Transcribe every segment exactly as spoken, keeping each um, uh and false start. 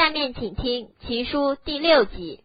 下面请听奇书第六集。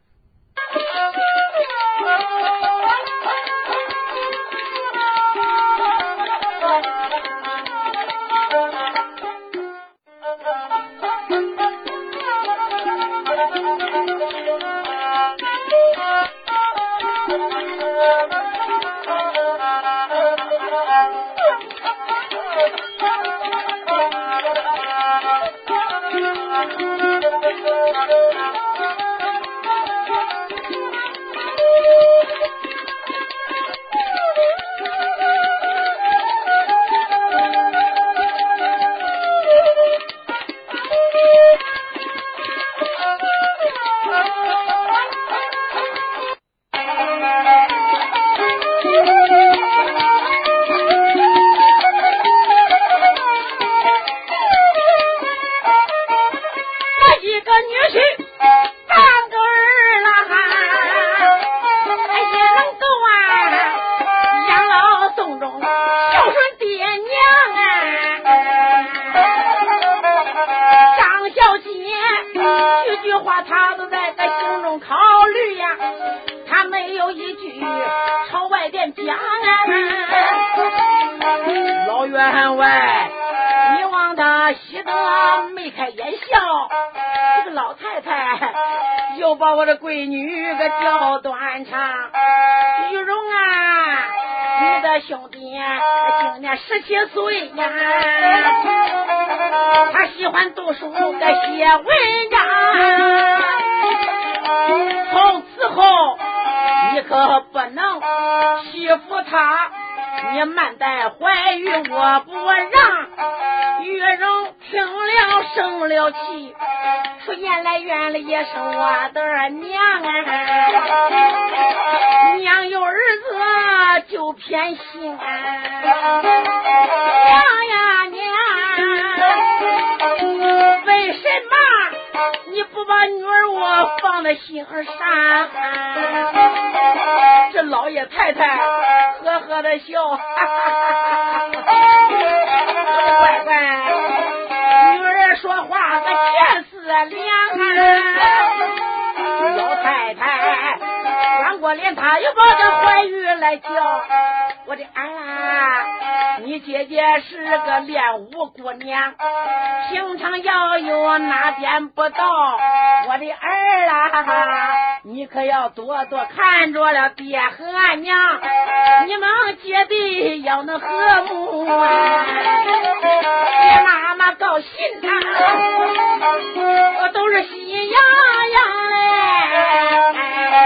十七岁呀，他喜欢读书，个写文章。从此后，你可不能欺负他，你慢待怀孕，我不让。玉荣听了生了气，说原来院里也是我的娘啊，娘有儿子就偏心啊。娘呀娘，为什么你不把女儿我放在心上？这老爷太太呵呵的笑，哈哈哈哈，乖乖，女儿说话个天似良啊。老太太转过脸，她又把这怀孕来叫，我的啊，你姐姐是个练武姑娘，平常要有哪点不到，我的儿啊，你可要多多看着了爹和娘，你们姐弟要能和睦啊，爹妈妈高兴啊，我都是喜洋洋嘞。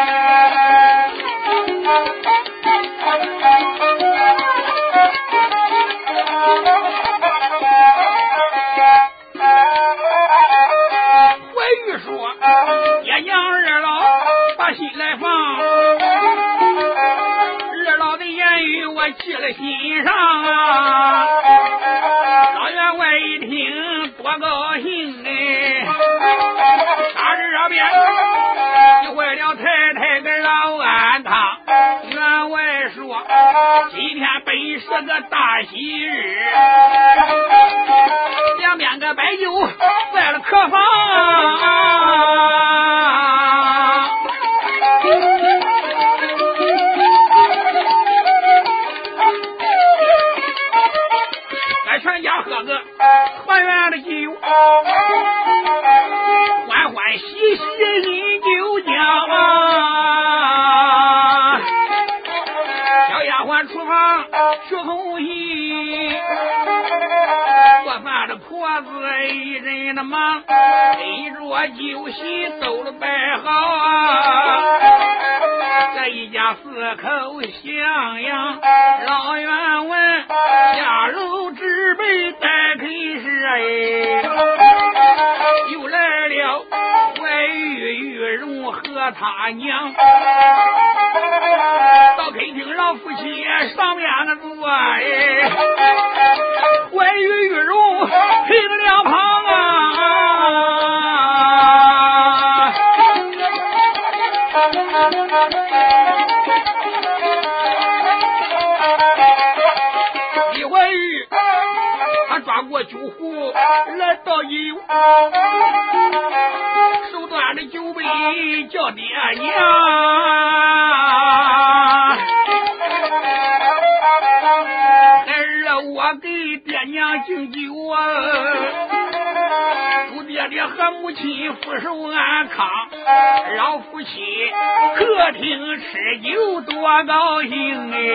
记了心上啊，老员外一听多高兴哎，他这边就为了太太跟老安堂。员外说今天本是个大喜日，两边个摆酒在了客房啊，全家喝个团圆的酒，欢欢喜喜饮酒浆啊。小丫鬟厨房学红衣，做饭的婆子一人的忙，陪着酒席走了摆好啊。这一家四口襄阳，老员问下楼之辈待客时哎，又来了怀玉玉荣和他娘，到客厅老夫妻上面的坐哎，怀玉玉荣陪着两旁啊。李怀玉他抓过酒壶来倒酒， 你叫爹娘，儿啊，我给爹娘敬酒啊，祝爹爹和母亲福寿安康，让夫妻客厅吃酒多高兴哎！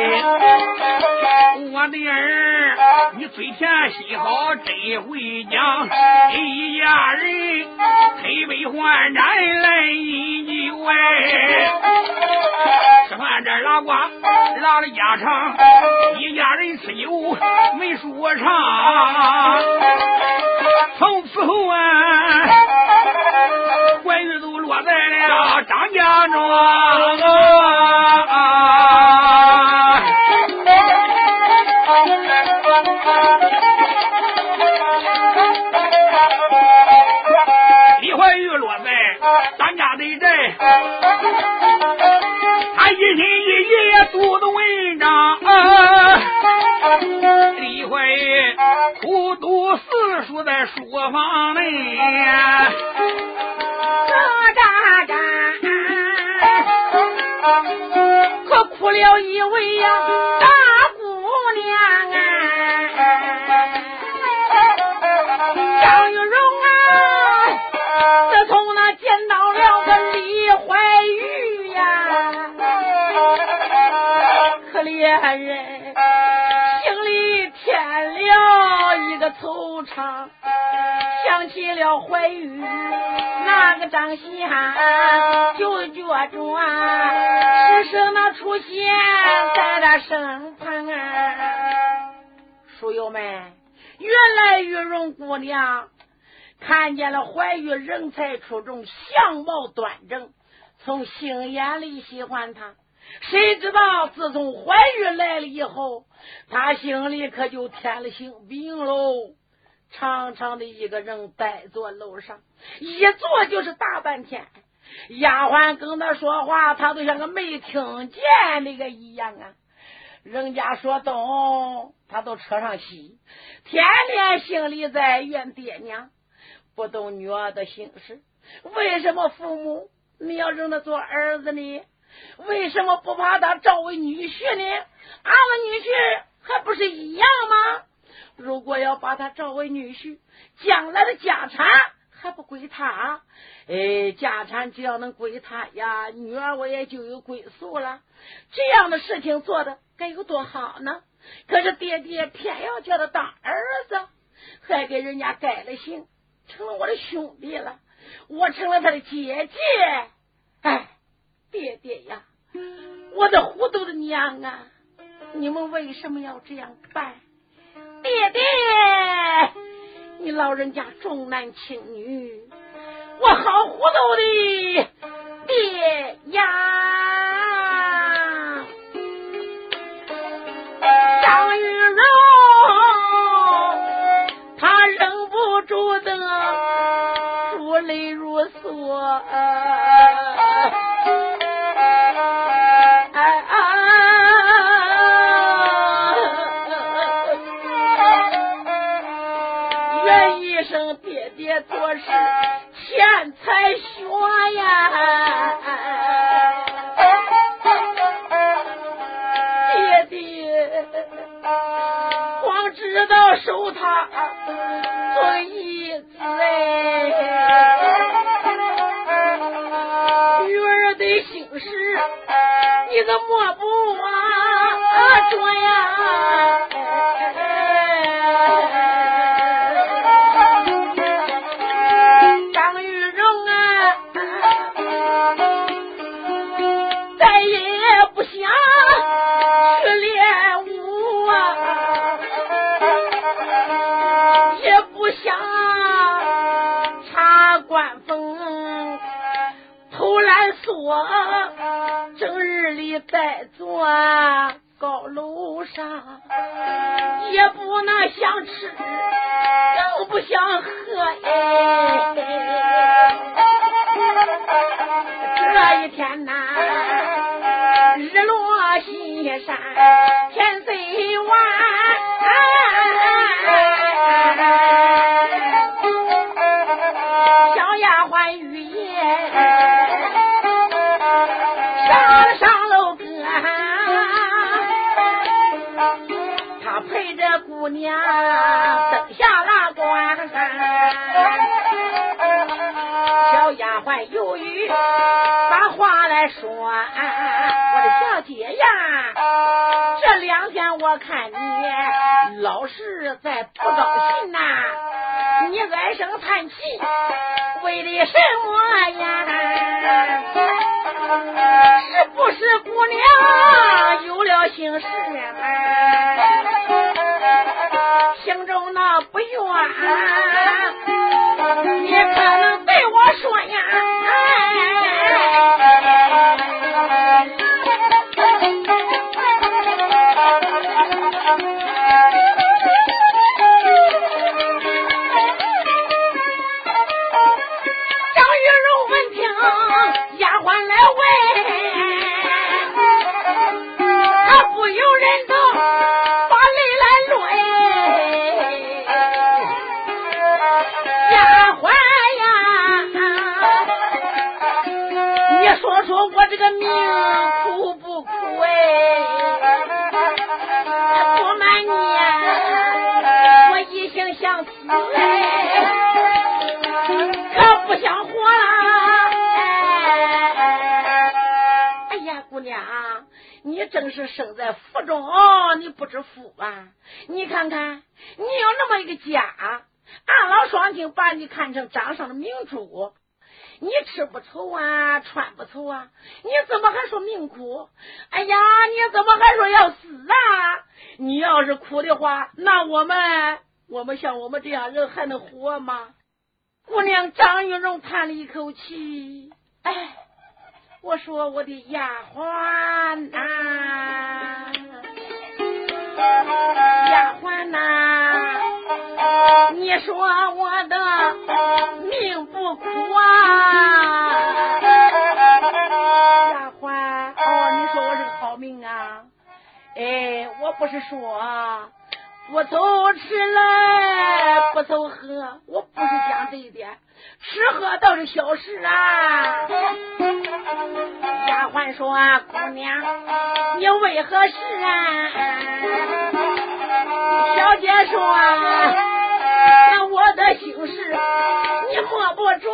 我的儿，你嘴甜心好真会讲，一家人推杯换盏来饮酒哎，吃饭这拉呱拉了家常，一家人吃酒没说唱，从此后啊，怀孕都落在了张家庄啊。李怀玉落在咱家的寨，他一心一意读的文章啊，李怀玉苦读四书在书房内， 嘎嘎可苦了一位呀大姑娘啊，张玉荣啊，自从那见到了个李怀玉呀，可怜人心里添了一个惆怅，想起了怀玉那个张西汉，就觉着啊，只是那出现在他身旁啊。书友们，原来玉荣姑娘看见了怀玉人才出众，相貌端正，从心眼里喜欢他。谁知道自从怀玉来了以后，他心里可就添了性病喽。长长的一个人呆坐楼上，一坐就是大半天，丫鬟跟他说话，他都像个没听见那个一样啊。人家说东，他都扯上西，天天心里在怨爹娘，不懂女儿的心事。为什么父母你要认他做儿子呢？为什么不把他招为女婿呢？俺们女婿还不是一样吗？如果要把他招为女婿，将来的家产还不归他？哎，家产只要能归他呀，女儿我也就有归宿了。这样的事情做的该有多好呢？可是爹爹偏要叫他当儿子，还给人家改了姓，成了我的兄弟了，我成了他的姐姐。哎，爹爹呀，我的糊涂的娘啊，你们为什么要这样办？爹爹，你老人家重男轻女，我好糊涂的爹呀！张玉荣他忍不住的珠泪如梭，爹爹做事钱财学呀，爹爹光知道收他做义子哎，女儿的心事你怎么不啊说呀？正日里在坐高楼上，也不能想吃，更不想喝哎。这一天呐，日落西山，天虽晚，小丫鬟玉叶姑娘登下了关，小丫鬟犹豫把话来说，我的小姐呀，这两天我看你老是在不高兴呐、啊，你唉声叹气为的什么呀？是不是姑娘有了心事啊？心中那不愿，你可能对我说呀？我这个命苦不苦哎？不瞒你，我一心想死哎，可不想活了。哎呀，姑娘，你真是生在福中，你不知福啊！你看看，你有那么一个家，俺老双亲把你看成掌上的明珠。你吃不愁啊，穿不愁啊，你怎么还说命苦？哎呀，你怎么还说要死啊？你要是苦的话，那我们我们像我们这样人还能活吗？姑娘张玉荣叹了一口气，哎，我说我的丫鬟呐、啊，丫鬟呐、啊，你说我的命不苦啊？丫鬟，哦，你说我是个好命啊？哎，我不是说不愁吃了不愁喝，我不是讲这一点，吃喝倒是小事啊。丫鬟说，姑娘你为何事啊？小姐说，那我的心事你摸不着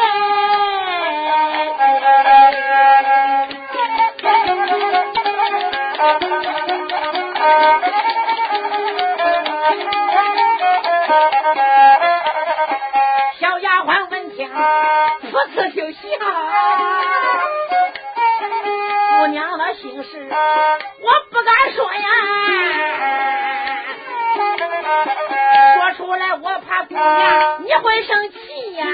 小丫鬟闻听噗嗤就笑，姑娘的心事我不敢说呀，说出来我怕姑娘你会生气呀。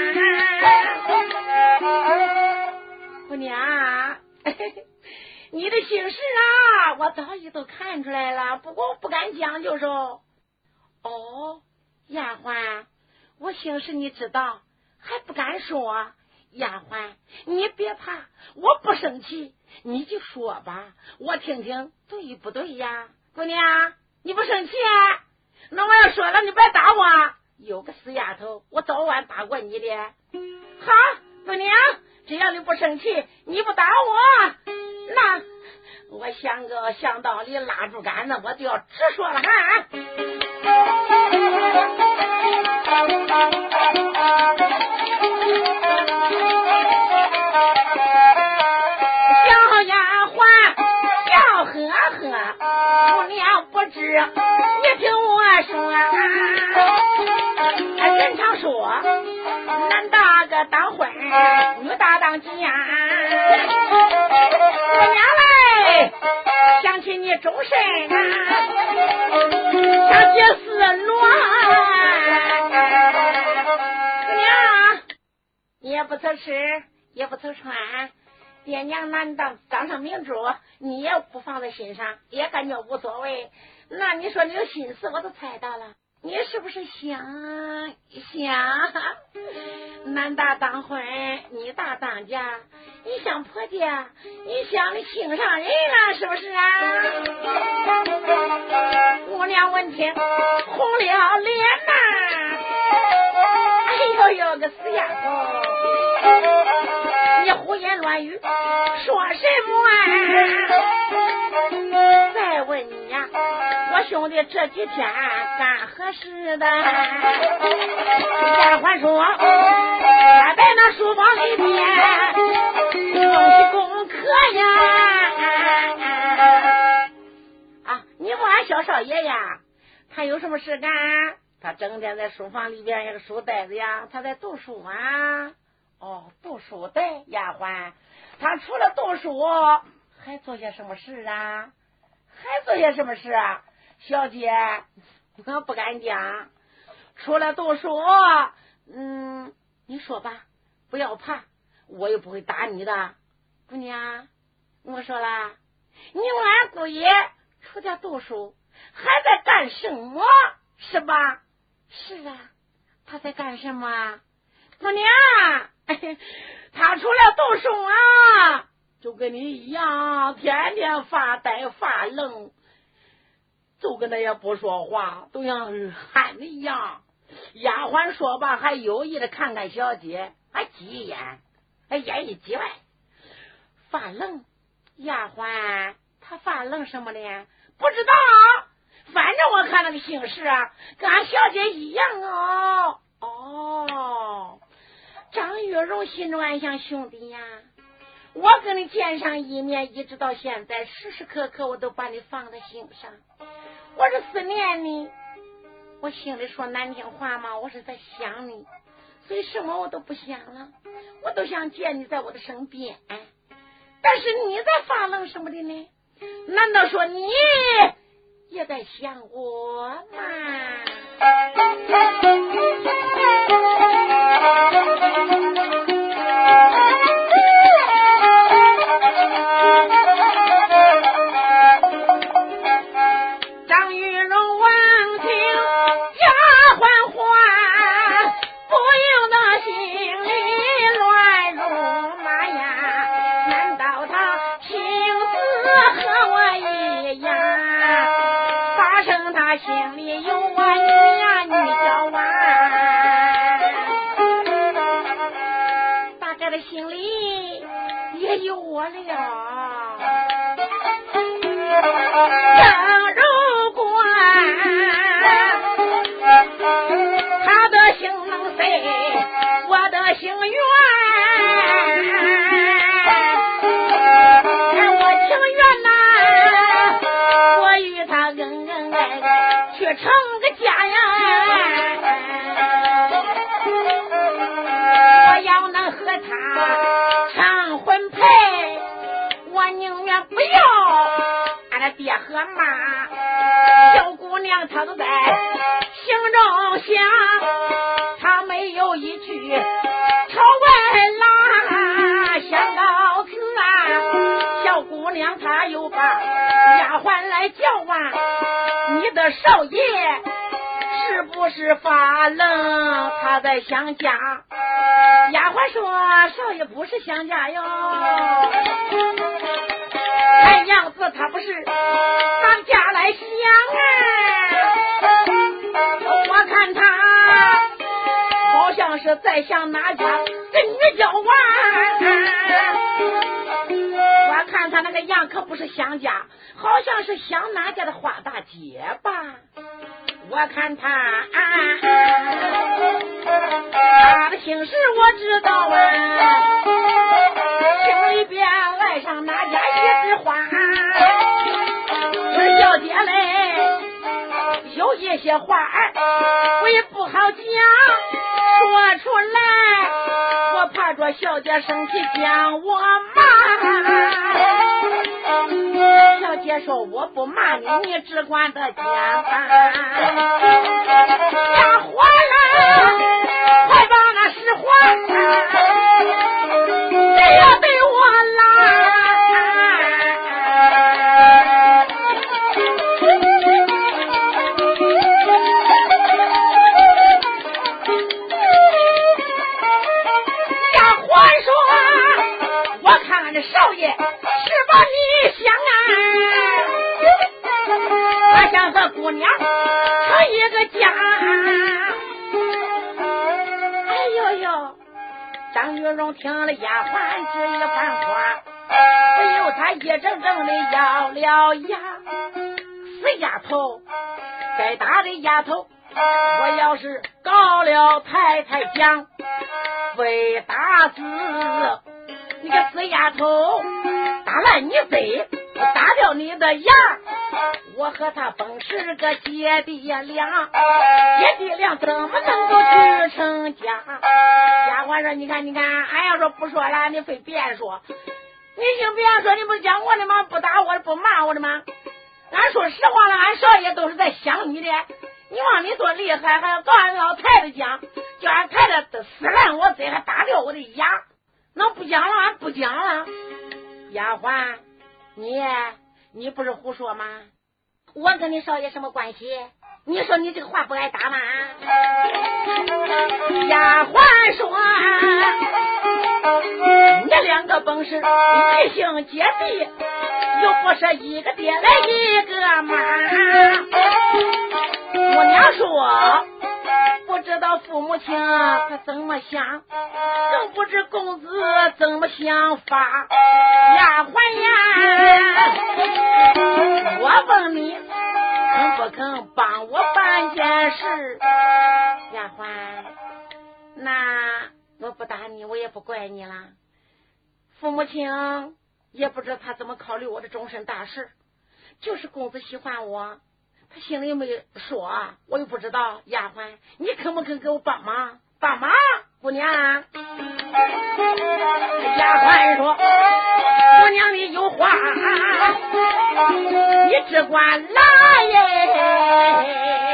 姑娘你的心事啊我早已都看出来了，不过我不敢讲就说。哦，丫鬟，我心事你知道还不敢说。丫鬟你别怕，我不生气，你就说吧，我听听对不对呀。姑娘你不生气啊？那我要说了你别打我，有个死丫头我早晚打过你的。好，姑娘只要你不生气你不打我，那我想个想道理拉住杆子我就要直说了哈。小丫鬟笑呵呵，姑娘不知你听我说，人常说男大个当婚女大当嫁，姑娘嘞想起你终身啊，想起思乱。姑娘你也不愁吃也不愁穿，爹娘难当当上明珠你也不放在心上，也感觉无所谓。那你说你有心思我都猜到了，你是不是想想男大当婚女大当嫁，你想婆家你想你心上人了是不是啊？姑娘闻听红了脸呐、啊，哎呦呦个死丫头，你胡言乱语说什么啊？再问你呀、啊，我兄兄弟这几天干何事的？丫鬟说他在那书房里边做起功课呀。啊，你问俺小少爷呀，他有什么事干？他整天在书房里边有个书袋子呀，他在读书啊。哦，读书对，丫鬟，他除了读书还做些什么事啊？还做些什么事啊？小姐，我不敢讲。除了读书，嗯，你说吧，不要怕，我又不会打你的。姑娘，我说了，你问俺姑爷，除了读书还在干什么？是吧？是啊，他在干什么？姑娘，他除了读书啊，就跟你一样，天天发呆发愣，就跟他也不说话，都像喊的一样。丫鬟说吧，还有意的看看小姐，还挤一眼，还眼一挤外，发愣。丫鬟，他发愣什么呢？不知道，反正我看那个形势啊，跟俺小姐一样哦。哦，张月荣心中暗想，兄弟呀，我跟你见上一面，一直到现在，时时刻刻我都把你放在心上，我是思念你，我心里说难听话嘛，我是在想你，所以什么我都不想了，我都想见你在我的身边。但是你在发愣什么的呢？难道说你也在想我吗？张玉荣闻听丫鬟话，不由得心里乱如麻呀，难道他心思和我一样，发生他心里有我你呀，你叫我大概的心里也有我了。正如果他的心能飞，我的心愿，我情愿呐，我与他恩恩爱爱去成个家呀。我要能和他成婚配，我宁愿不要俺的爹和妈。小姑娘她都在心中想，她没有一句朝外拉。想到此啊，小姑娘她又把丫鬟来叫啊，你的少爷是不是发愣？他在想家。丫鬟说，少爷不是想家哟，看样子他不是当家来想啊。我看他好像是在想哪家跟女交往，我看他那个样可不是想家，好像是想哪家的花大姐吧。我看他啊，他的心事我知道啊，心里边爱上哪家一枝花。这小姐嘞，有一些话我也不好讲，说出来我怕着小姐生气讲我骂。小姐说我不骂你，你只管的讲吧。讲话了，快把那实话不要对我拉。讲话说，我看这少爷是把你想啊，他想和姑娘成一个家。哎呦呦，张玉荣听了丫鬟这一番话，不由他一阵阵的咬了牙。死丫头， 该打的丫头，我要是告了太太讲，非打死你个死丫头，打烂你嘴，我打掉你的牙，我和他本是个姐弟俩，姐弟俩怎么能够去成家？丫鬟说：“你看，你看，俺要说不说了，你非别说。你行别说，你不讲我的吗？不打我，不骂我的吗？俺说实话了，俺少爷都是在想你的。你往里多厉害，还要告俺老太太讲，叫俺太太撕烂我嘴，还打掉我的牙。那不讲了，俺不讲了。丫鬟，你你不是胡说吗？我跟你少爷什么关系？你说你这个话不挨打吗？丫鬟说，你两个本是异姓姐弟，又不是一个爹来一个妈。我娘说不知道父母亲他怎么想，更不知公子怎么想法。丫鬟呀，我问你肯不肯帮我办件事？丫鬟，那我不打你，我也不怪你了。父母亲也不知道他怎么考虑我的终身大事，就是公子喜欢我，他心里有没有说，我又不知道。丫鬟，你肯不肯给我帮忙？帮忙，姑娘。丫鬟说：“姑娘你有话，你只管来耶，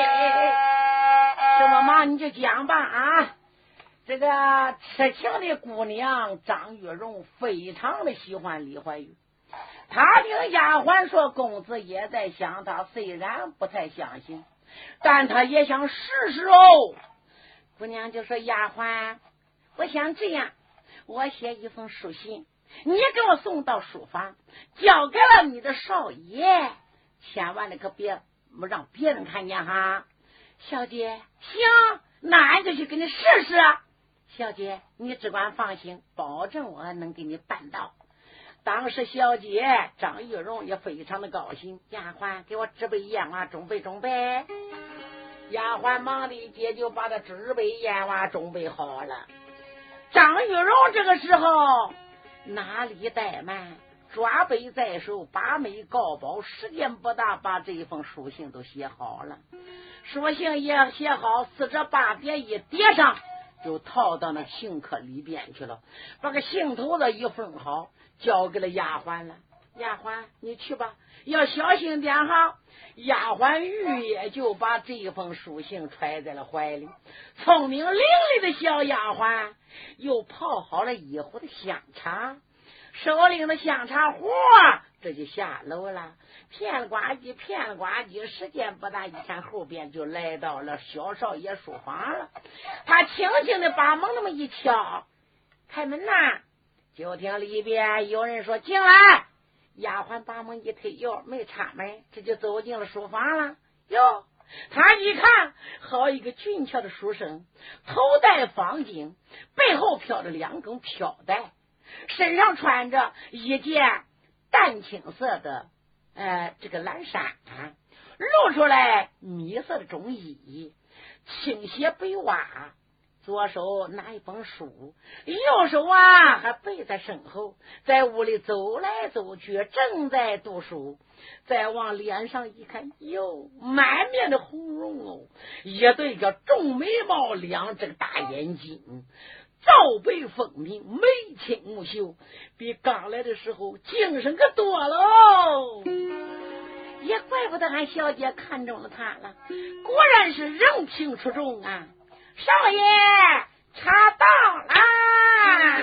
什么忙你就讲吧啊！”这个痴情的姑娘张月容非常的喜欢李怀玉，他听丫鬟说公子也在想他，虽然不太相信，但他也想试试哦。姑娘就说：“丫鬟，我想这样，我写一封书信，你给我送到书房，交给了你的少爷，千万的可别让别人看见哈。”小姐，行，那俺就去给你试试。小姐，你只管放心，保证我能给你办到。当时小姐张玉荣也非常的高兴，丫鬟给我纸杯烟啊，准备准备。丫鬟忙的姐就把这纸杯烟啊准备好了。张玉荣这个时候哪里怠慢，抓杯在手，把眉告保，时间不大，把这一封书信都写好了。书信也写好，四折八叠一叠上，就套到那信客里边去了，把个信头子一封好，交给了丫鬟了。丫鬟你去吧，要小心点哈。丫鬟玉也就把这封书信揣在了怀里。聪明伶俐的小丫鬟又泡好了一壶的香茶，手领的香茶壶这就下楼了，骗了呱唧骗了呱唧，时间不大，一看后边就来到了小少爷书房了。他轻轻的把门那么一敲，开门呐，就听里边有人说进来。丫鬟把门一推，哟，没插门，这就走进了书房了。哟，他一看，好一个俊俏的书生，头戴方巾，背后飘着两根飘带，身上穿着一件淡青色的呃这个蓝衫，露出来米色的中衣，倾斜背袜，左手拿一本书，右手啊还背在身后，在屋里走来走去，正在读书。再往脸上一看，哟，满面的红容哦，一对叫重眉毛，两只大眼睛，罩杯分明，眉清目秀，比刚来的时候精神可多了哦。也怪不得俺小姐看中了他了，果然是人品出众啊。少爷茶到啦。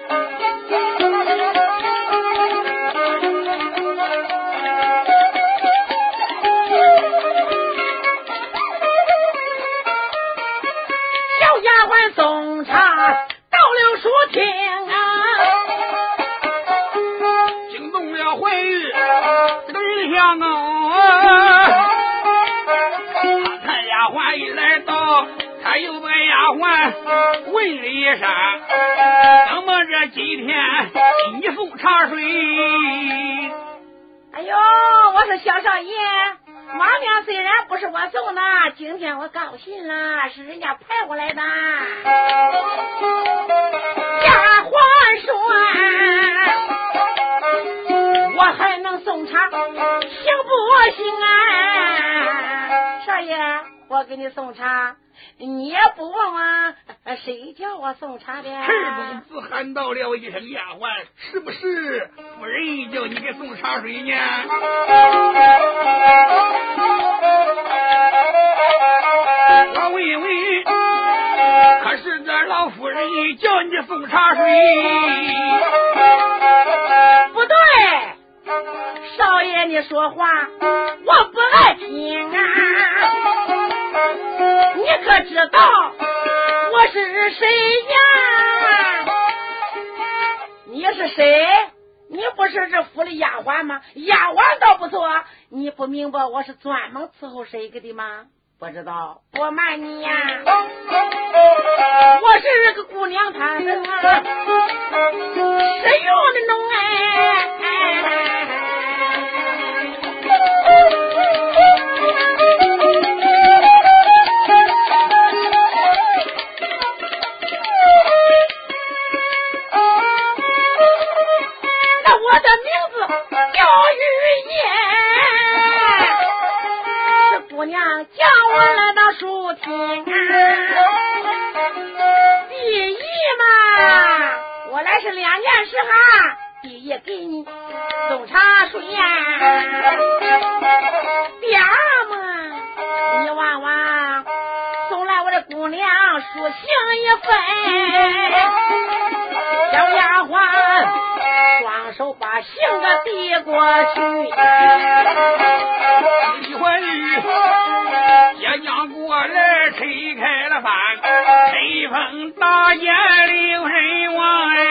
小丫鬟送茶到了书厅啊， 惊动了怀玉这个人香啊。看丫鬟一来到，他又把丫鬟问了一声，怎么这几天你送茶水？ 哎呦，我说小少爷， 马面虽然不是我送的，今天我高兴了，是人家派过来的。丫鬟说我还能送茶，行不行啊？少爷，我给你送茶，你也不问问谁叫我送茶的？ 二公子喊到了一声丫鬟，是不是夫人叫你给送茶水呢？我问问，可是这老夫人叫你送茶水？ 不对，少爷你说话我不爱听啊！你可知道我是谁呀？你是谁？你不是这府里丫鬟吗？丫鬟倒不错，你不明白我是专门伺候谁个的吗？不知道，我瞒你呀，我是个姑娘摊子啊，谁用的弄哎？那我的名字叫玉叶，是姑娘叫我来到书厅第一嘛，我来是两件事哈，第一给你送茶水呀，第二嘛，你往往送来我的姑娘书信一份，小丫鬟双手把信个递过去。 一会儿也将过来推开了饭，吹风大雁令人望哎，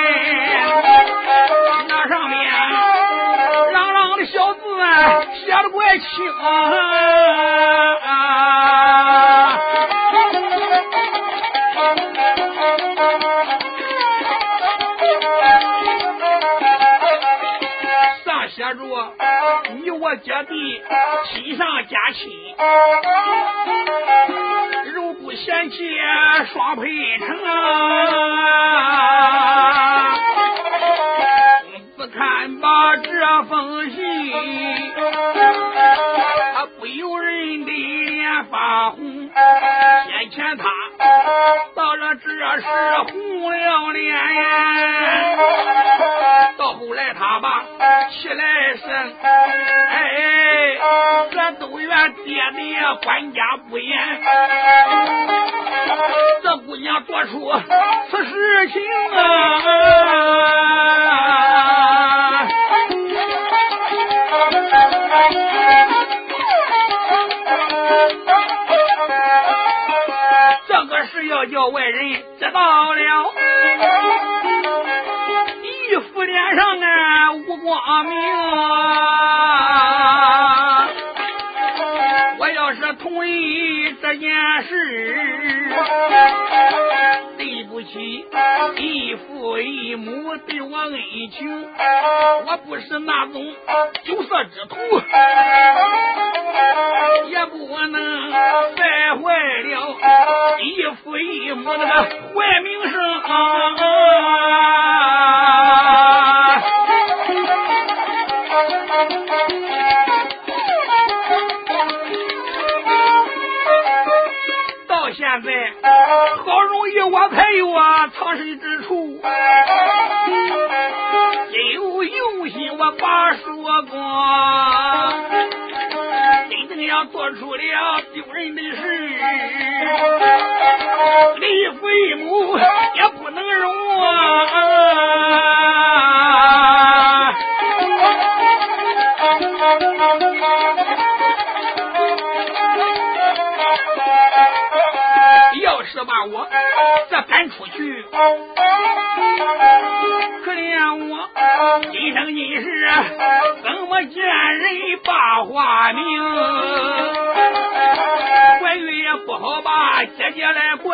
那上面朗朗的小字写的怪清啊，上写着你我姐弟亲上加亲，如不嫌弃双配成啊，公子看吧这封信，他不由人的脸发红，先前他到了这时红了脸，到后来他吧起来声，哎，这都怨爹爹管家不严，这姑娘做出此事情啊，这个事要叫外人知道了，义父脸上啊无光明啊！我要是同意这件事，对不起义父义母对我恩情，我不是那种酒色之徒，也不能败坏了义父义母那个坏名声啊！到现在好容易我才有啊藏身之处，真有用心我把说过，真正要做出了丢人的事，义父义母也不能容啊！要是把我这赶出去，可怜我今生今世怎么见人把话明，怀孕也不好把姐姐来怪，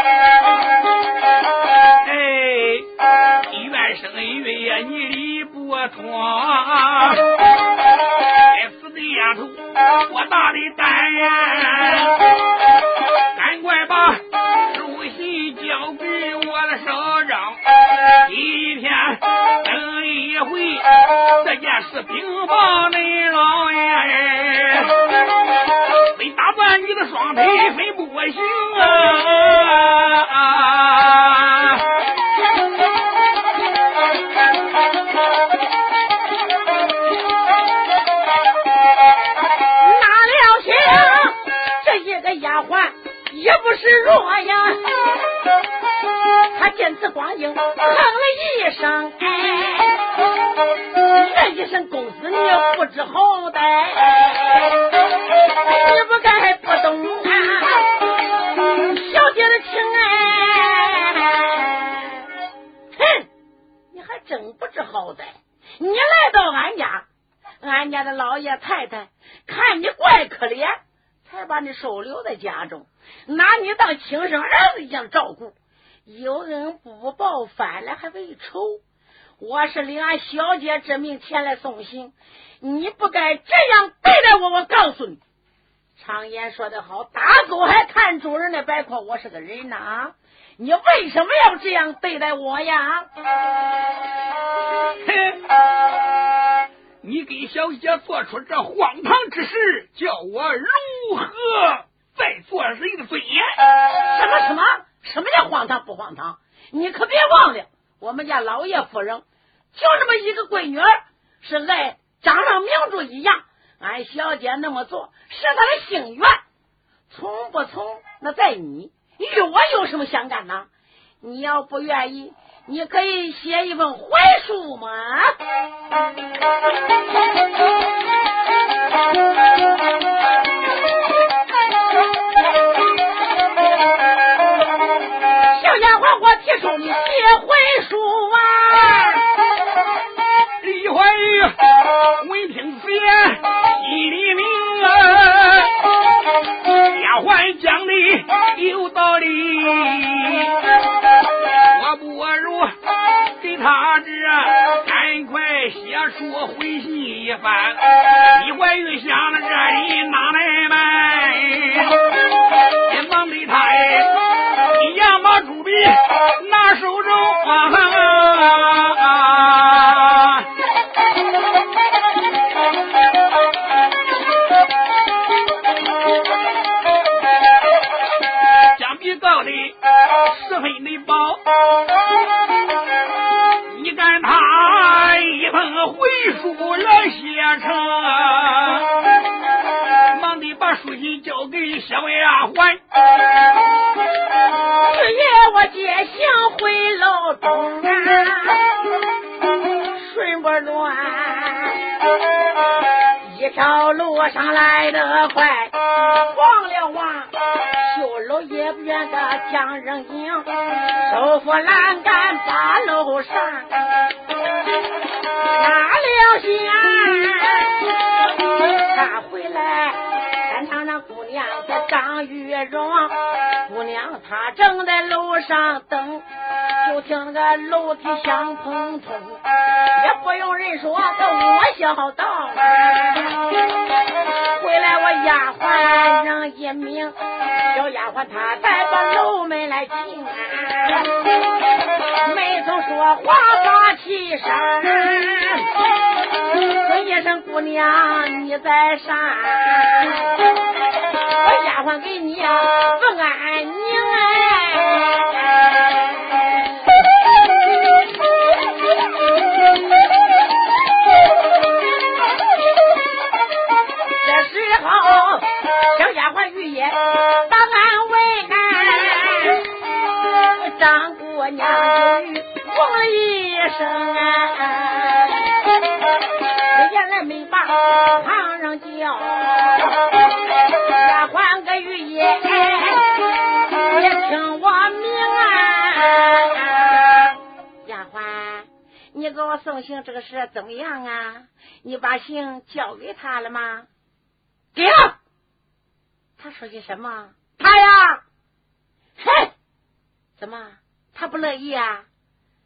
哎，怨生怨你理不通，该死的呀丫头，我大的胆呀！赶快把书信交给我的手中，一天等一回，这件事禀报内老爷，非打断你的双腿非不行啊！ 也不是弱呀，他见此光景，哼了一声，哎，这一声公子你不知好歹，你不该不懂啊，小姐的情爱，哼，你还真不知好歹。你来到俺家，俺家的老爷太太看你怪可怜，才把你收留在家中，拿你当亲生儿子一样照顾，有恩不报，反来还为仇。我是领俺小姐之命前来送行，你不该这样对待我。我告诉你，常言说得好，打狗还看主人的，白况我是个人呐，你为什么要这样对待我呀？ 你给小姐做出这荒唐之事，叫我如何再做人的尊严？ 什么什么什么叫荒唐不荒唐？你可别忘了，我们家老爷夫人就这么一个闺女儿，是赖掌上明珠一样。俺小姐那么做是她的心愿，从不从那在你，与我有什么相干呢？你要不愿意，你可以写一份回书嘛。小丫鬟，我提出你写回书啊！ 李怀闻听此言，心里明啊，丫鬟讲的有道理，我不如给他这赶快写出回信一番。李怀玉想了这里哪来买，连忙对他一样把朱笔拿手中啊，将笔告的十分的薄，你看他一份回书来写成，忙得把书信交给小丫鬟。 日夜我接行回楼中啊，顺不乱，一条路上来得快，忘了忘修楼也不愿个将人迎，手扶栏杆把楼上，哪了心他回来看场上姑娘在张玉荣，姑娘她正在楼上等，就听那个楼梯响砰砰，也不用人说个我小道，回来我丫鬟扔一名，小丫鬟她再把楼门来进，没曾说话发起声，问一声姑娘你在上，我丫鬟给你不安宁哎。这时候小丫鬟玉叶把俺为难，张姑娘就嗡了一声啊，原来没把旁人叫，丫鬟个玉叶也听我明啊。丫鬟，你给我送信这个事怎么样啊？你把信交给他了吗？给了。他说些什么？他呀，嘿，怎么他不乐意啊？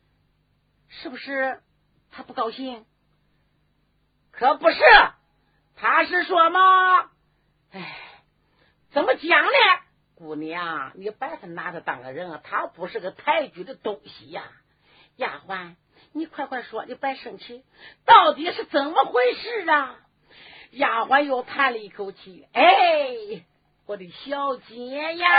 是不是他不高兴？可不是， 他是说嘛，哎，怎么讲呢？姑娘，你把他拿他当个人啊，他不是个抬举的东西呀。丫鬟，你快快说，你别生气，到底是怎么回事啊？丫鬟又叹了一口气，哎，我的小姐呀，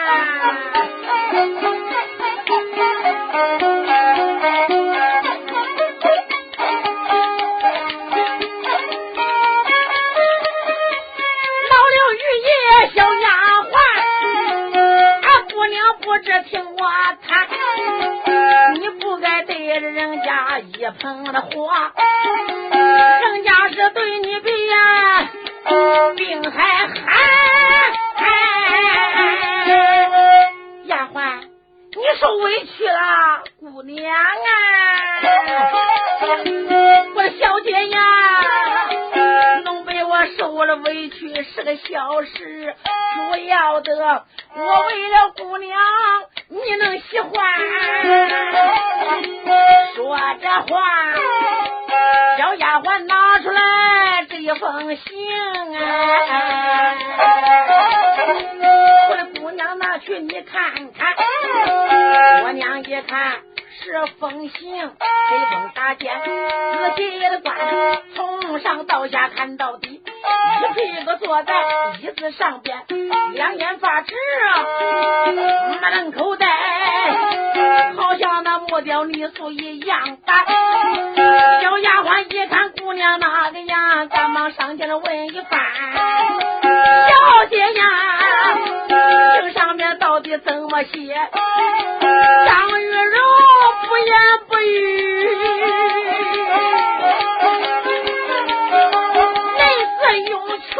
老刘玉叶小丫鬟，啊，姑娘不知听我谈，你不该对着人家一捧的话，人家是对你比呀病还寒。丫鬟，你受委屈了，姑娘啊，我的小姐呀，能被我受了委屈是个小事，主要的我为了姑娘你能喜欢。说这话，小丫鬟拿出来这一封信啊，我的姑娘拿去你看看。我娘一看是封信，这封大件仔细的观，从上到下看到底，一屁股坐在椅子上边，两眼发直，目瞪口呆，好像那木雕泥塑一样大。小丫鬟一看姑娘那个样，赶忙上前了问一番，小姐呀，这上面到底怎么写？张玉柔不言不语，类似涌泉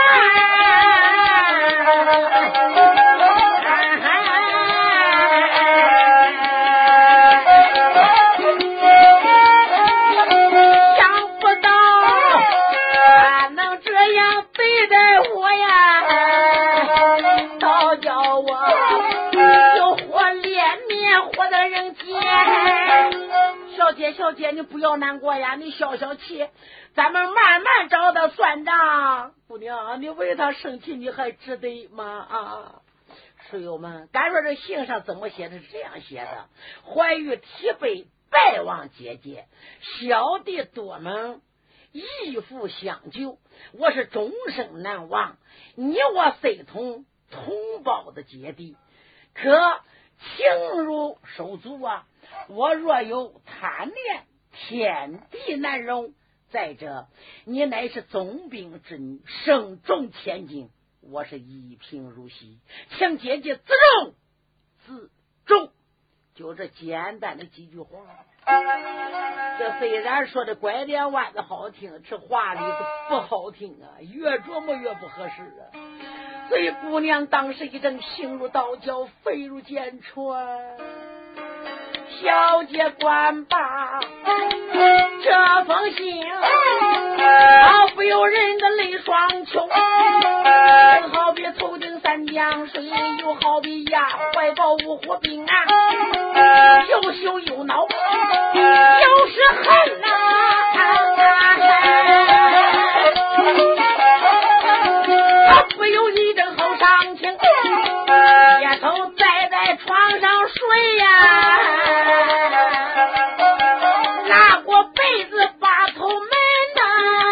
想不到他能这样对待我呀，倒叫我有活脸面活的人间。小姐小姐，你不要难过呀，你消消气，咱们慢慢找他算账。姑娘，你为他生气你还值得吗？啊，室友们，敢说这信上怎么写的？是这样写的：怀玉提杯拜望姐姐，小弟多蒙义父相救，我是终生难忘，你我虽同同胞的姐弟，可情如手足啊！我若有贪念，天地难容。再者，你乃是总兵之女，身重千斤，我是一贫如洗，请姐姐自重自重。就这简单的几句话，这虽然说的拐点弯的好听，这话里不好听啊，越琢磨越不合适啊。所以姑娘当时一阵心如刀绞，肺如剑穿。小姐观吧，这封信好不由人的泪双秋，正好比头顶三江水，又好比呀怀抱五虎兵啊，又羞又恼又是恨啊，他不由一阵后上情，也头栽在床上睡呀，拿过被子把头闷呐，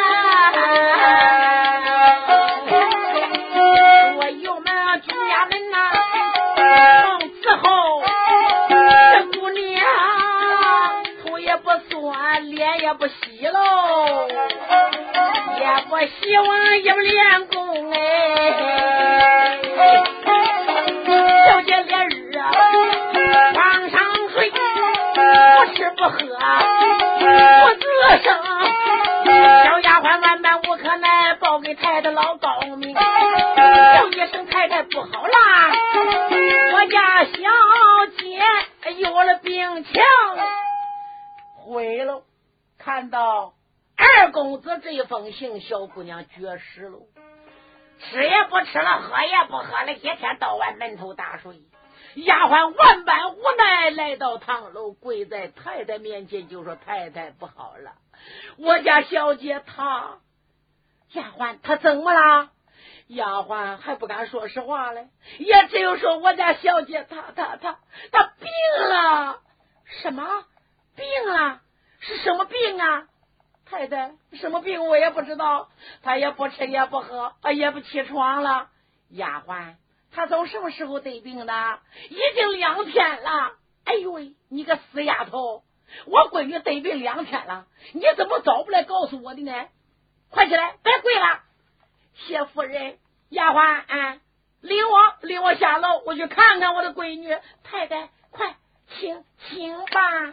我有们军家们呐，从此后这姑娘头也不算，脸也不洗喽，也不洗碗也不练功哎，小姐连日啊床上睡，不吃不喝不自生，小丫鬟万般无可奈，报给太太老高明，叫一声太太不好啦，我家小姐有了病情，毁了。看到二公子这封信，小姑娘绝食了，吃也不吃了，喝也不喝了，一天到晚闷头大睡。丫鬟万般无奈，来到堂楼，跪在太太面前就说：太太不好了，我家小姐她丫鬟她怎么了？丫鬟还不敢说实话嘞，也只有说我家小姐她她她她病了。什么病了？是什么病啊？太太，什么病我也不知道，她也不吃也不喝，也不起床了。丫鬟，她从什么时候得病的？已经两天了。哎呦喂，你个死丫头，我闺女得病两天了，你怎么早不来告诉我的呢？快起来，别跪了。谢夫人，丫鬟，啊，领我领我下楼，我去看看我的闺女。太太，快请请吧。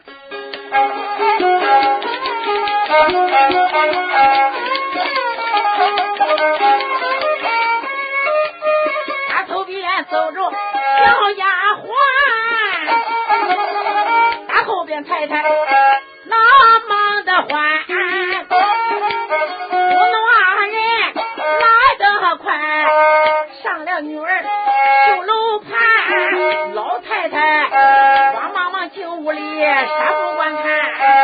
他头边走着小丫鬟，他后边太太那忙得欢，不拿人来得快，上了女儿就楼盘，老太太慌忙忙进屋里山不观看。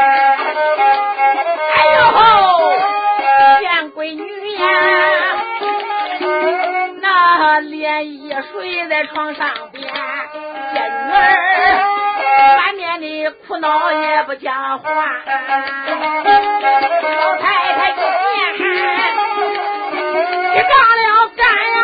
哎呦，见闺女呀，那脸一睡在床上边，见女儿满面的苦恼也不讲话。老太太一见你干了干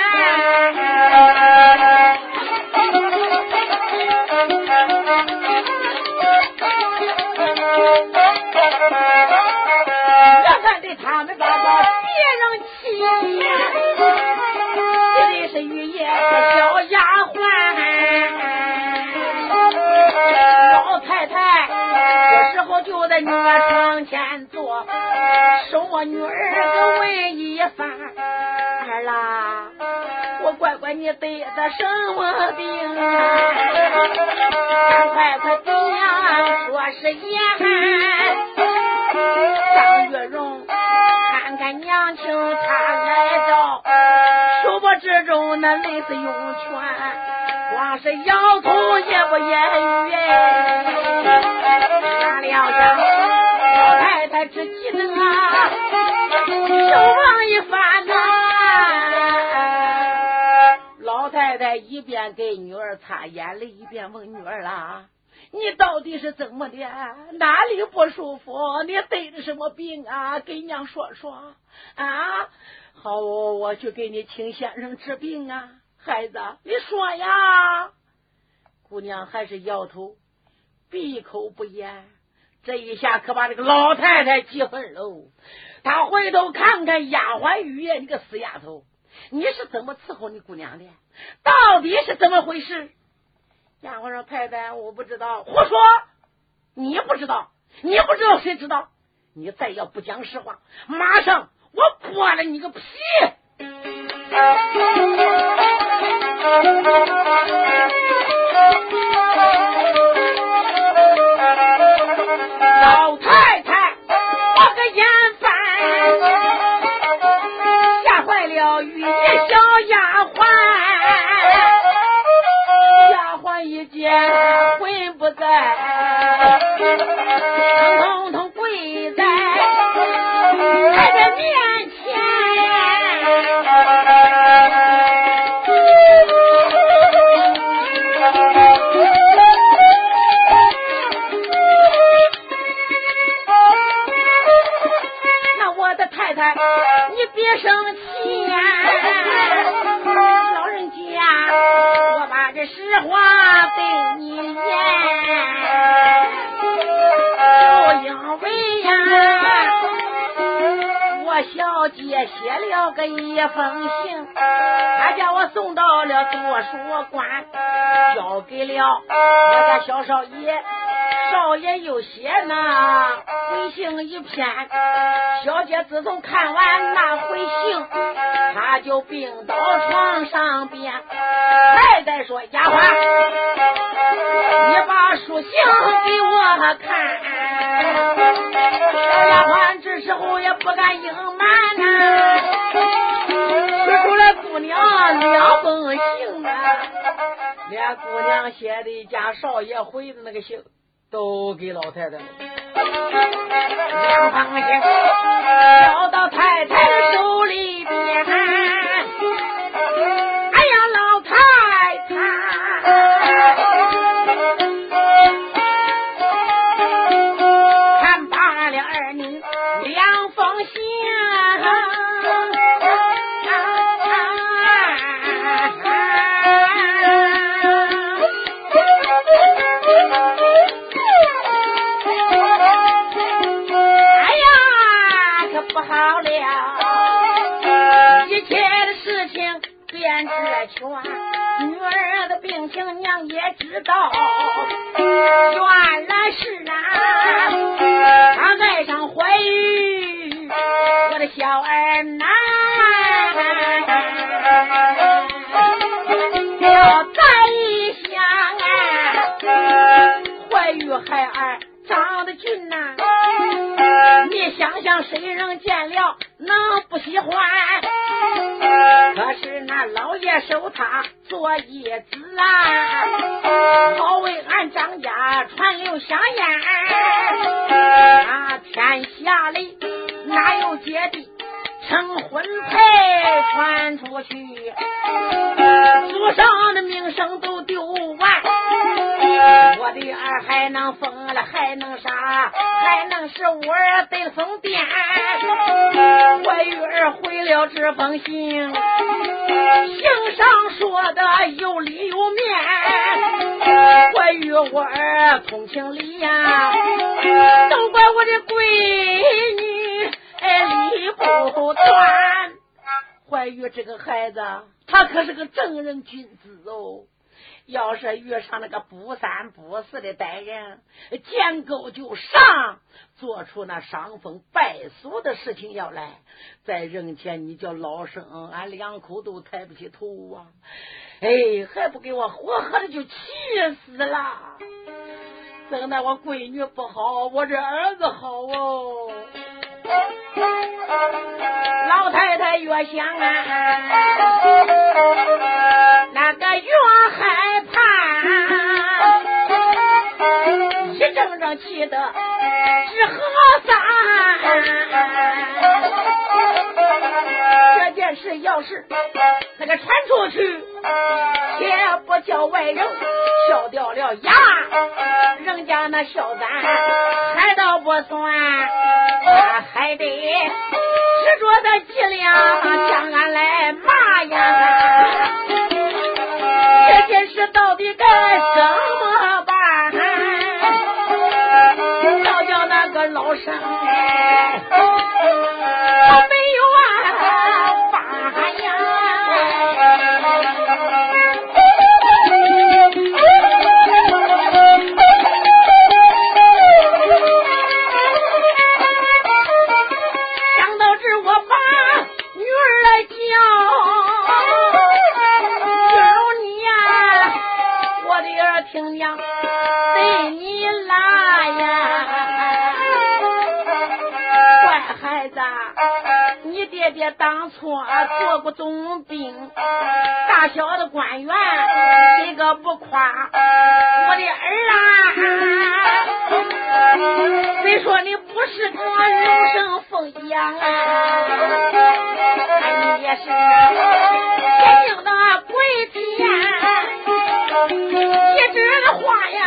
我看对他们把把别人欺这里是雨夜小丫鬟。老太太这时候就在女儿床前坐，收我女儿个问一番。儿啦，我乖乖你得的什么病啊？赶快快讲，说是严寒。张月荣看看娘亲她来到，手膊之中那泪是涌泉，光是摇头也不言语。哪料想老太太只记得手望一番呐。老太太一边给女儿擦眼泪，一边问女儿啦，你到底是怎么的？哪里不舒服？你得的什么病啊？给娘说说啊！好，我去给你请先生治病啊。孩子，你说呀。姑娘还是摇头，闭口不言。这一下可把这个老太太急愤喽。她回头看看丫鬟玉叶，你个死丫头，你是怎么伺候你姑娘的？到底是怎么回事？丫鬟说：太太，我不知道。胡说！你不知道，你不知道谁知道？你再要不讲实话，马上我剥了你个皮！老太太把个眼翻，吓坏了玉叶小丫鬟。丫鬟一见魂不在，统统跪在太太面前。那我的太太，你别生气呀，老人家，我把这实话对你言，就因为呀，我小姐写了个一封信，她叫我送到了读书馆，交给了我家小少爷，少爷又写那回信一篇。小姐自从看完那回信，她就病倒床上边。太太说：丫鬟，你把书信给我看。丫鬟这时候也不敢隐瞒呐，取出来姑娘两封信啊，连姑娘写的家少爷回的那个信都给老太太了。两封信交到老太太的手里边，哎呀老太太看罢了儿女两封信，女儿的病情娘也知道，原来是啊她爱上怀孕我的小儿男，要再一想啊怀孕孩儿长得俊呐、啊，你想想谁人见了能不喜欢？可是那老爷收他做义子啊，好为俺张家传流香烟啊！天下里哪有姐弟成婚配传出去，祖上的名声都丢完，我的儿还能疯了还能啥，还能是我儿得疯癫。怀玉儿回了这封信，信上说的有理有面，怀玉我儿通情理呀、啊，都怪我的闺女哎理不断。怀玉这个孩子他可是个正人君子哦，要是遇上那个不三不四的歹人，见狗就上，做出那伤风败俗的事情要来，在人前你叫老生俺两口都抬不起头啊！哎，还不给我活活的就气死了！等到我闺女不好，我这儿子好哦。老太太越想啊，那个越害怕，一阵阵气得直喝散。这件事要是那个传出去，也不叫外人笑掉了牙，人家那笑咱还倒不算，还得执着的伎俩将俺来骂呀！这件事到底该怎么办？要叫那个老生哎，我没有啊法呀！听娘对你来呀，乖孩子，你爹爹当初做过总兵，大小的官员一个不夸，我的儿啊，虽说你不是个龙生凤养啊，你也是天津的贵天一直的话呀，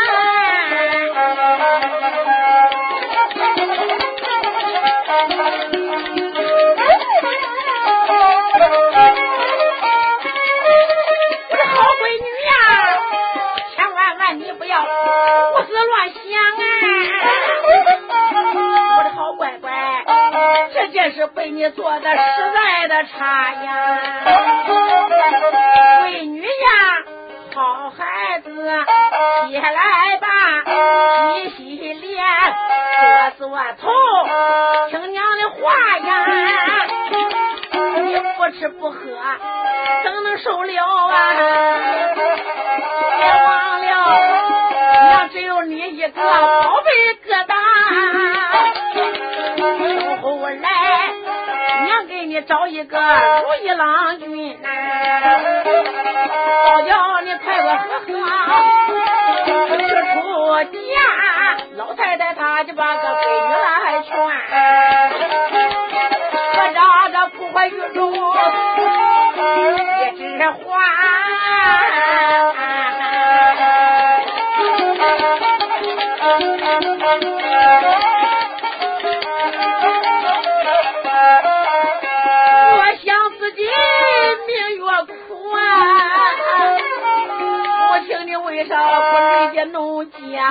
我的好闺女呀，千万万你不要胡思乱想啊！我的好乖乖，这件事被你做的实在的差呀，闺女呀。好孩子，起来吧，洗洗脸，做做头，听娘的话呀！你不吃不喝，怎能受了啊？别忘了，娘只有你一个宝贝疙瘩。从后来，娘给你找一个如意郎君呐。早叫你快快喝喝，这出家，老太太她就把个闺女来劝， 我想自己命越苦啊，母亲你为啥不人家农家？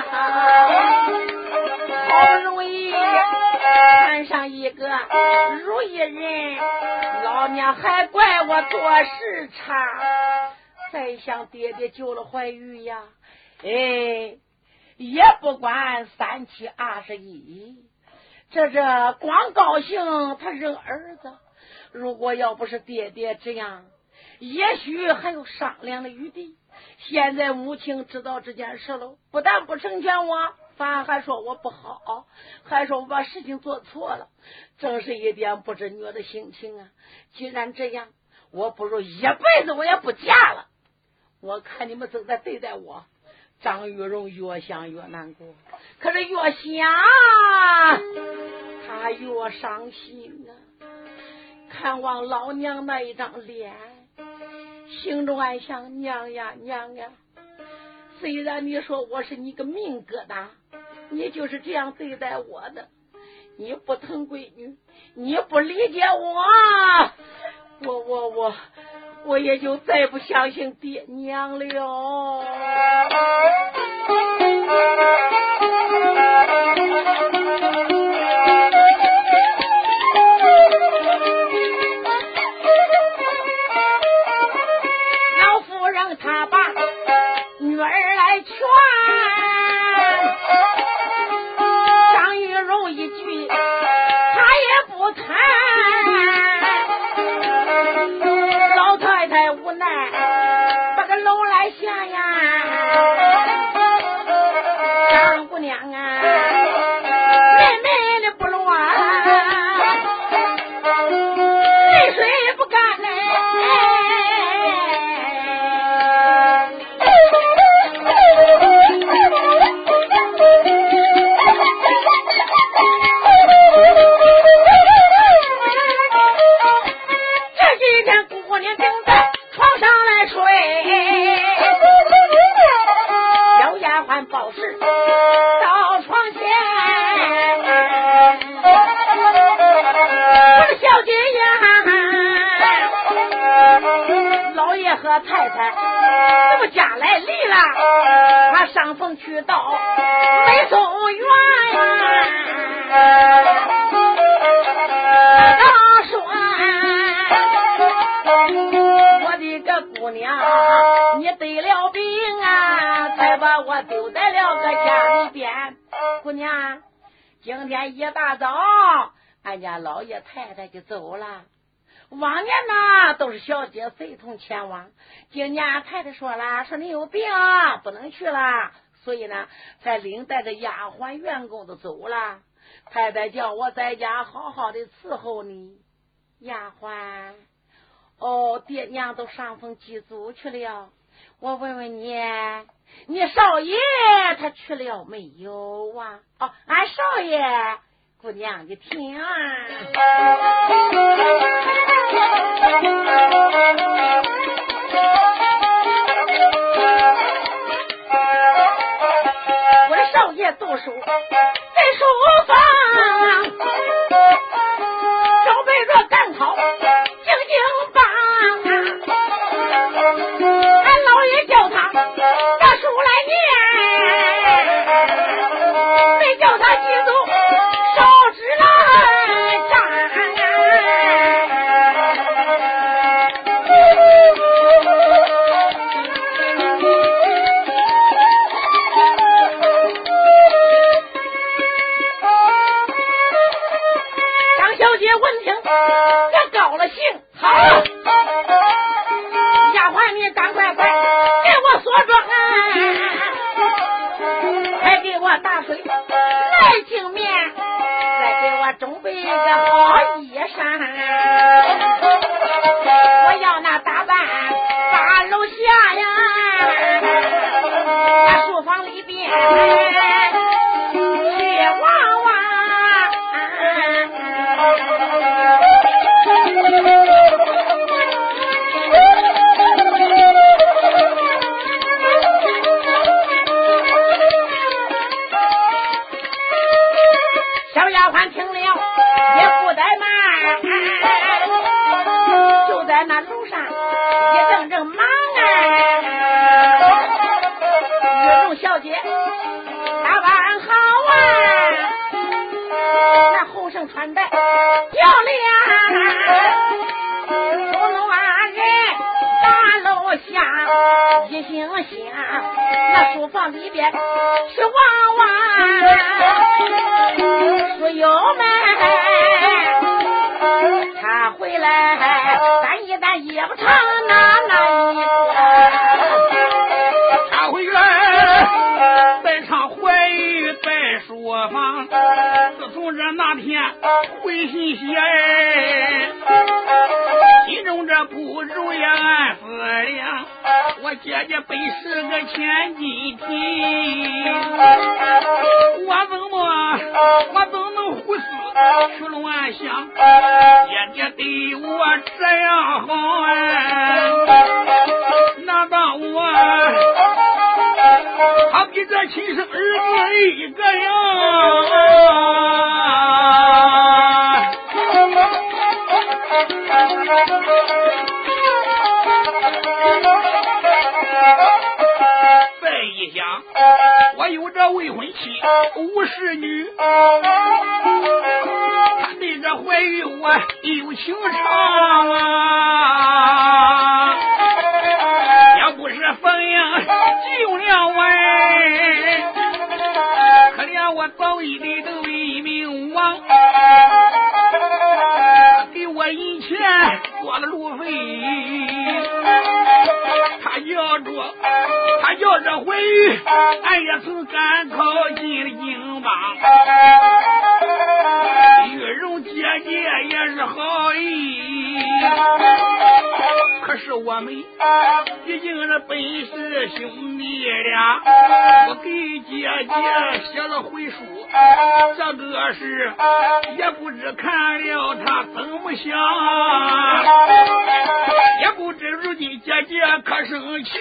好不容易看上一个如意人，老娘还怪我做事差。再想爹爹救了怀玉呀，哎，也不管三七二十一，这这光高兴他扔儿子。如果要不是爹爹这样，也许还有商量的余地。现在母亲知道这件事了，不但不成全我，反而还说我不好，还说我把事情做错了，真是一点不知女的心情啊！既然这样，我不如一辈子我也不嫁了。我看你们正在对待我，张玉荣越想越难过，可是越想他越伤心啊！看望老娘那一张脸，心中暗想：娘呀娘呀，虽然你说我是你个命疙瘩，你就是这样对待我的，你不疼闺女，你不理解我，我我我我也就再不相信爹娘了。老夫人她把女儿来劝，张玉荣一句他也不谈，老太太无奈把个楼来下呀，张姑娘啊，妹妹的不乱，泪水不干这几天姑娘正在床上来睡，有丫鬟报事到床前，我的小姐呀，老爷和太太怎么家来离了？他上坟去到没松园呀，当说我的个姑娘，你得了病啊，才把我丢在了个家里边。姑娘，今天一大早俺家老爷太太就走了，往年呢都是小姐随同前往，今年太太说了，说你有病不能去了，所以呢才领带着丫鬟员工都走了。太太叫我在家好好的伺候你。丫鬟，哦，爹娘都上坟祭祖去了，我问问你，你少爷他去了没有啊？哦，俺少爷，姑娘你听啊，我的少爷读书在书房，准备着赶考精精棒，俺老爷叫他拿书来念，没叫他记住烧纸来站。张小姐闻听也高了兴，好，丫鬟你赶快快给我锁着啊，还给我打水来净面，再给我准备一个好衣裳，我要那打扮把楼下呀，那书房里边去望望。 就在那楼上也正正忙啊。玉荣小姐打扮好啊，那后生穿戴漂亮，中楼啊人大楼下一行行，那书房里边去望望，书友们他回来单一单也不长那那一个， 他回来在场怀玉在书房，自从这那天回信写，心中这不如也暗思量，我姐姐本是个千金体，我怎么我怎能胡思去乱想，姐姐对我这样好啊，难道我他比这亲生儿子一个样？再一想，我有这未婚妻吴氏女，她对这怀玉我有情长啊，要不是冯英救了我，可怜我早已的都为名亡，给我银钱做了路费，他叫着他叫着回玉，俺也曾赶考进了京榜，玉荣姐姐也是好意，可是我们毕竟是本是兄弟俩，我给姐姐写了回书，这个事也不知看了他怎么想，也不知如今姐姐可生气，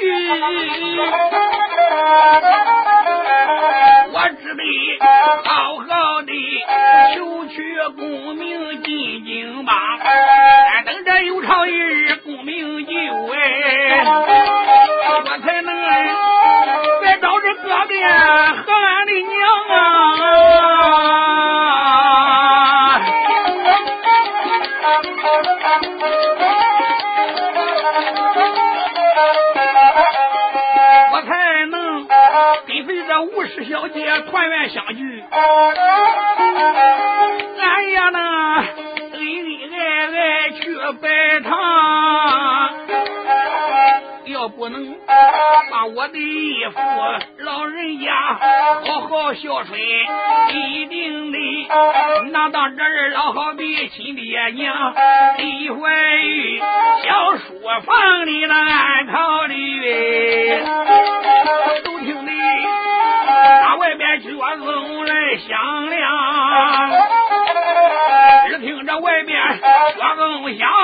我只得好好的求取功名进京吧，但等着有朝一日功名就哎，我才能再找着个别和俺的娘啊。我才能跟随着吴氏小姐团圆相聚，俺也能恩恩爱爱去拜堂，要不能把我的父老人家好好孝顺，一定得拿到这儿老好的亲爹娘，李怀玉小书房里的暗考里，都听你那外边脚踪来响亮，只听着外边脚更响，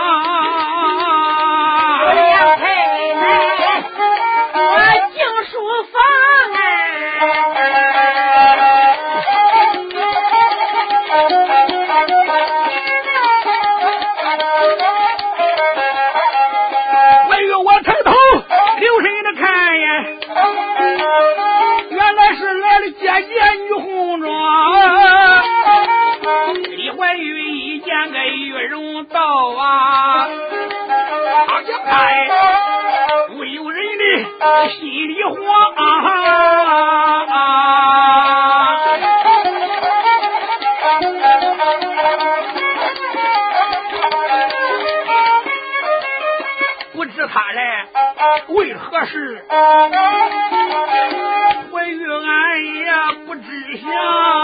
两太太我进书房哎呦，我抬头留神的看呀，原来是来了姐姐女红妆，李怀玉一见个玉容到啊，他就看不由人的心里慌啊，不知他来为何事，怀玉俺也不知晓，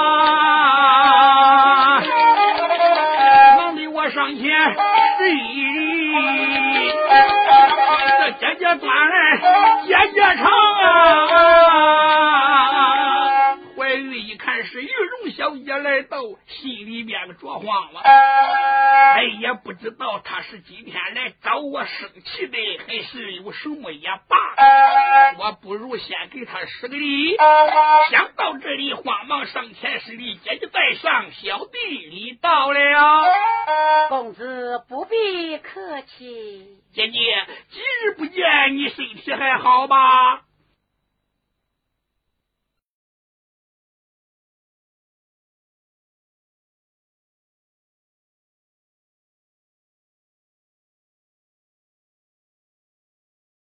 忙得我上前示意，这姐姐端来姐姐尝啊，怀玉一看是玉容小姐来到，心里边个着慌了，哎，也不知道她是今天来找我生气的，还是有什么也罢， 我不如先给他施个礼。想到这里，慌忙上前施礼，姐姐在上，小弟礼到了。 公子不必客气。 姐姐，几日不见，你身体还好吧？